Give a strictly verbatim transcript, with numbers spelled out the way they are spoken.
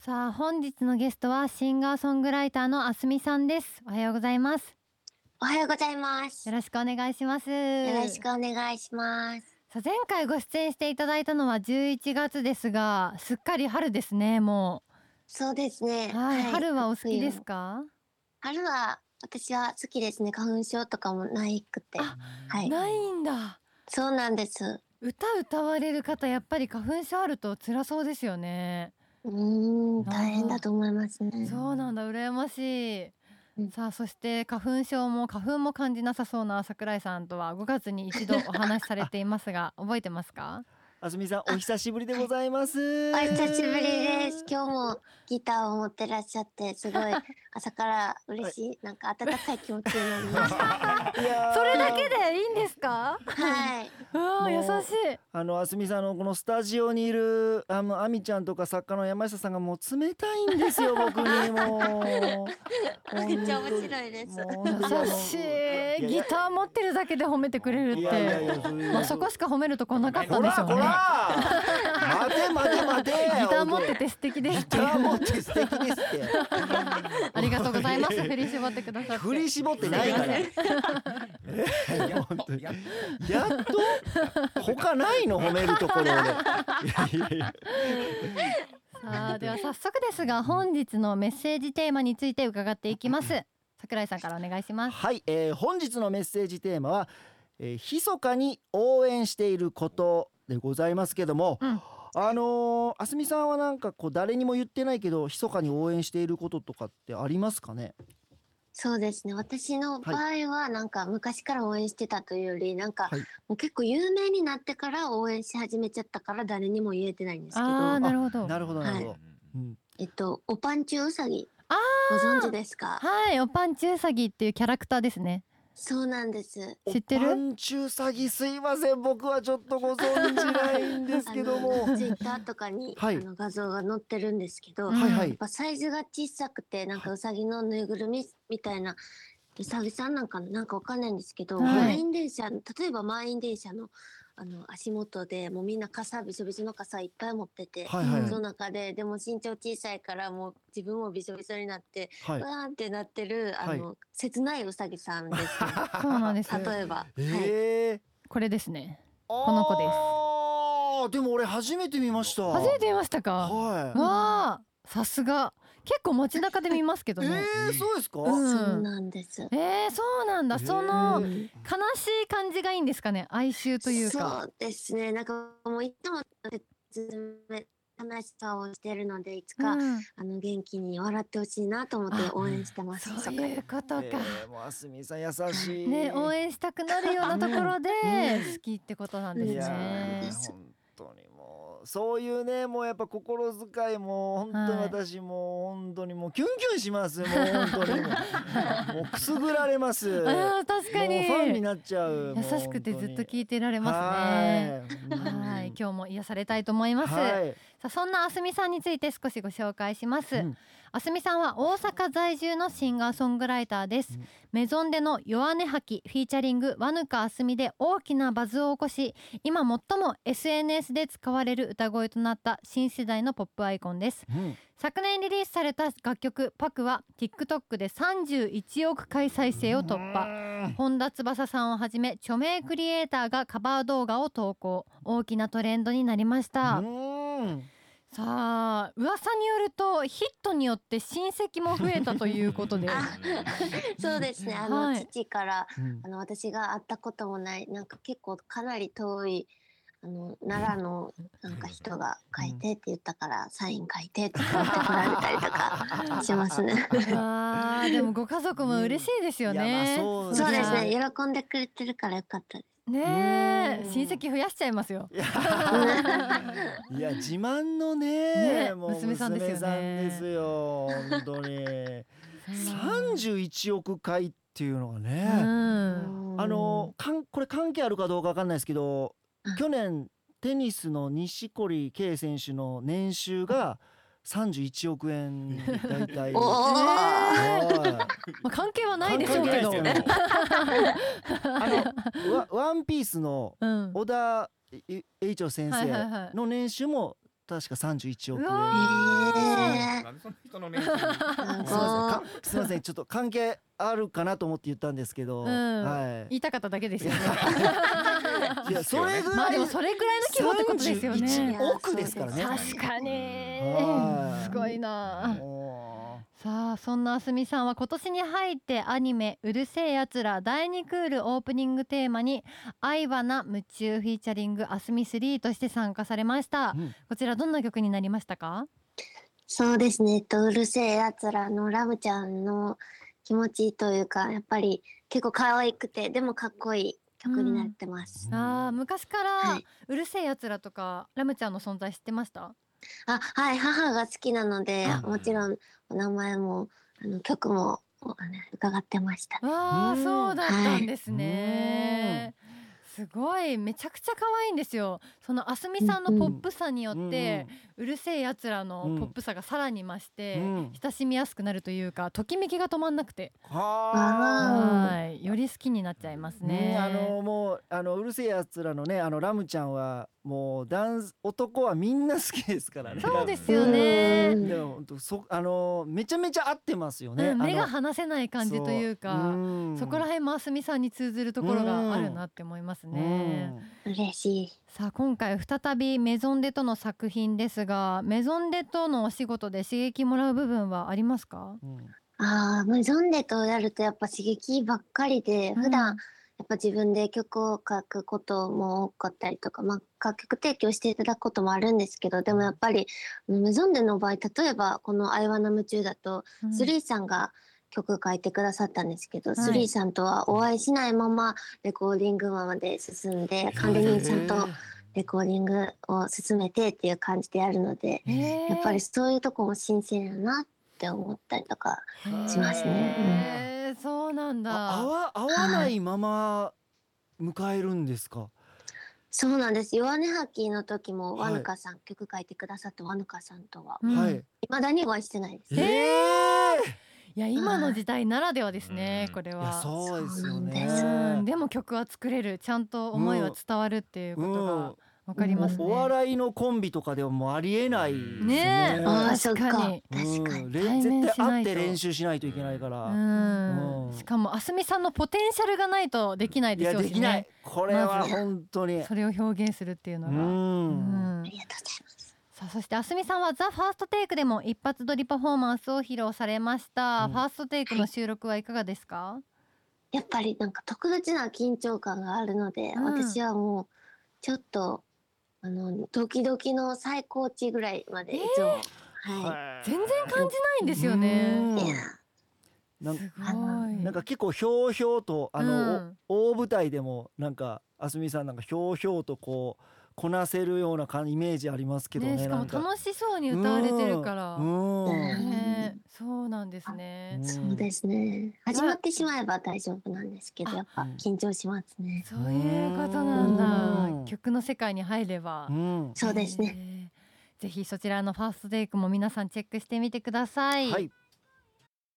さあ本日のゲストはシンガーソングライターのあすみさんです。おはようございます。 おはようございます。 よろしくお願いします。 よろしくお願いします。 さあ前回ご出演していただいたのはじゅういちがつですが、すっかり春ですね。もうそうですね。 はい、 はい、 春はお好きですか？ 春は私は好きですね。花粉症とかもないくて。 あ、 はい。 ないんだ。 そうなんです。 歌歌われる方やっぱり花粉症あると辛そうですよね。 うーん、大変だと思いますね。 そうなんだ、羨ましい。 うん、 さあそして花粉症も花粉も感じなさそうな桜井さんとはごがつに一度お話しされていますが覚えてますか？ あすみさんお久しぶりでございます。 お久しぶりです。今日もギターを持ってらっしゃってすごい朝から嬉しい、なんか温かい気持ちになりました。 いやそれだけでいいんですか？ はい。 うわもう優しい。 あのあすみさんのこのスタジオにいるあのあみちゃんとか作家の山下さんがもう冷たいんですよ僕にもうめっちゃ面白いです。 もう本当にあの優しい。ギター持ってるだけで褒めてくれるって。 いやいやいやそういうまあそこしか褒めるとこなかったんでしょうね。 こらこら待て待て待てギター持ってて素敵ですってギター持って素敵ですってありがとうございます。振り絞ってくださって。 振り絞ってないからえ本当にやっと他ないの褒めるところ俺いやいやいやさあでは早速ですが本日のメッセージテーマについて伺っていきます。桜井さんからお願いします。 はい、えー、本日のメッセージテーマは、えー、密かに応援していることでございますけども、 うん、 あのー、あすみさんはなんかこう誰にも言ってないけど密かに応援していることとかってありますかね？ そうですね。私の場合はなんか昔から応援してたというより、なんかはい、 もう結構有名になってから応援し始めちゃったから誰にも言えてないんですけど、 あーなるほど。 なるほどなるほど、 はいうん、 えっとおぱんちゅううさぎあご存知ですか？ はい、おパンチウサギっていうキャラクターですね。 そうなんです。 知ってる？ おパンチュウサギすいません僕はちょっとご存知ないんですけどもツイッターとかに、 はい、 あの画像が載ってるんですけど、 うんはいはいやっぱサイズが小さくてなんかうさぎのぬいぐるみみたいな、うさぎさんなんかなんかわかんないんですけど、 はい満員電車例えば満員電車のあの足元でもうみんな傘びしょびしょの傘いっぱい持ってて、 はいはいはいその中ででも身長小さいからもう自分もびしょびしょになって、 はいうわーってなってるあの、 はい切ないうさぎさんですね。 そうなんです。 例えば、はい、 えー、 これですね。 この子ですあーでも俺初めて見ました。 初めて見ましたか？ はいわあ、さすが。結構街中で見ますけどね。 えー、そうですか、 うんそうなんです。 えー、そうなんだ。 へーその悲うんしい感じがいいんですかね。哀愁というそか。 うですね。なんかもういつも説明楽しさをしてるので、いつか、 うん、 あの元気に笑ってほしいなと思ってあ応援してます。 そう密かにいうことか。 えー、もうあすみさん優しいね、応援したくなるようなところでうん好きってことなんですいやねー。 です本当にもうそういうねもうやっぱ心遣いも本当にはい私もう本当にもうキュンキュンしますもう本当にもうもうくすぐられますもうあー確かにファンになっちゃう優しくてずっと聞いいてられますね。 はいはい、今日も癒されたいと思います。 はいさあそんなあすみさんについて少しご紹介します。 うんあすみさんは大阪在住のシンガーソングライターです。 うんメゾンでの弱音吐きフィーチャリングわぬかあすみで大きなバズを起こし、今最も エスエヌエス で使われる歌声となった新世代のポップアイコンです。 うん昨年リリースされた楽曲パクは TikTok でさんじゅういちおく回再生を突破。本田翼さんをはじめ著名クリエイターがカバー動画を投稿、大きなトレンドになりました。 うんさあ噂によるとヒットによって親戚も増えたということであそうですね。あの、 はい父からうんあの私が会ったこともないなんか結構かなり遠いあの奈良のなんか人が書いてって言ったからサイン書いてって言ってこられたりとかしますね。 あーでもご家族も嬉しいですよいやまね。 あそうそうですね。 いや喜んでくれてるからよかったです。 ねえうん親戚増やしちゃいますよ。 いやいや自慢のねねもう娘さんですよね娘さんですよ本当にさんじゅういちおく回っていうのがうね、 んあのかんこれ関係あるかどうかわかんないですけど、 うん去年テニスの錦織圭選手の年収がさんじゅういちおくえんだいたいおーはまあ、関係はないでしょうけど。 関係ないですけどあのワワンピースのうん小田栄一郎先はいはいはい生の年収も確かさんじゅういちおくえん、 うわへー人の年金にすすいませんかすいませんちょっと関係あるかなと思って言ったんですけど、 うんはい言いたかっただけですよねいやそれぐらいまあでもそれぐらいの規模ってことですよさんじゅういちねおくですからね。 確かにはいすごいな。 おさあそんなあすみさんは今年に入ってアニメうるせえやつらだいにクールオープニングテーマに愛はな夢中フィーチャリングあすみスリーとして参加されましたー、うんこちらどんな曲になりましたか？ そうですね、えっと、うるせえやつらのラムちゃんの気持ちというか、やっぱり結構可愛くてでもかっこいい曲になってます。 あー昔からはい、 うるせえやつらとかラムちゃんの存在知ってました？ あ、はい、母が好きなので、 あもちろんお名前もあの曲もあの伺ってました。 わあうんそうだったんですはね。すごいめちゃくちゃ可愛いんですよ。そのあすみさんのポップさによって、うるせえやつらのポップさがさらに増して、 うん親しみやすくなるというかときめきが止まんなくて、 はあはいより好きになっちゃいますあ、 ね。 ね、あのもうあのうるせえやつらのねあのラムちゃんはもうダンス男はみんな好きですからね。 そうですよねう。んでも本当そあのめちゃめちゃ合ってますよね。 うん、目があの離せない感じというかんそこら辺もあすみさんに通ずるところがあるなって思いますね。 嬉しい。 さあ今回再びメゾンデとの作品ですが、メゾンデとのお仕事で刺激もらう部分はありますか？ うんああ、メゾンデとやるとやっぱ刺激ばっかりで、普段やっぱ自分で曲を書くことも多かったりとか、まあ、楽曲提供していただくこともあるんですけど、でもやっぱりメゾンデの場合、例えばこの「愛はな夢中」だと、 うんスリーさんが曲書いてくださったんですけど、 いスリーさんとはお会いしないままレコーディングまで進んで、管理人さんとレコーディングを進めてっていう感じでやるので、 へーやっぱりそういうとこも新鮮やなって思ったりとかしますね。 へーそうなんだ。 あ合わ合わないまま迎えるんですか。 そうなんです。弱音吐きの時もはいワヌカさん、曲書いてくださったワヌカさんとはうんはい。 未だにお会いしてないです。 ええいや今の時代ならではですね、 うんいやいやそうですよね。 そうなんうんでも曲は作れる、ちゃんと思いは伝わるっていうことうんがわかりますね。 お笑いのコンビとかでももうありえないですよね。 ねえああ、 確そっか。 かに確かに。 うんれ対面絶しないと対会って練習しないといけないから。 うんうんしかもあすみさんのポテンシャルがないとできないいでしょうしやできないね。。 これはまず本当に。 それを表現するっていうのうが。うんん。 ありがとうございます。 さあそしてあすみさんはザ・ファーストテイクでも一発撮りパフォーマンスを披露されました、 うんファーストテイクの収録はいかがですか？ やっぱりなんか特別な緊張感があるので、 うん私はもうちょっとあのドキドキの最高値ぐらいまでいつも、は全然感じないんですよね。 うんい。いや、 なんすごい。 なんか結構ひょうひょうとあの、 うんお大舞台でもなんかあすみさんなんかひょうひょうとこうこなせるような感イメージありますけどね。 ねしかもなんか楽しそうに歌われてるから。 うんうんねそうなんですね。 そうですね。始まってしまえば大丈夫なんですけど、やっぱ緊張しますね。 そういうことなんだ。 うん曲の世界に入れば。 うんそうですね。 へーぜひそちらのファーストテイクも皆さんチェックしてみてください。 はい。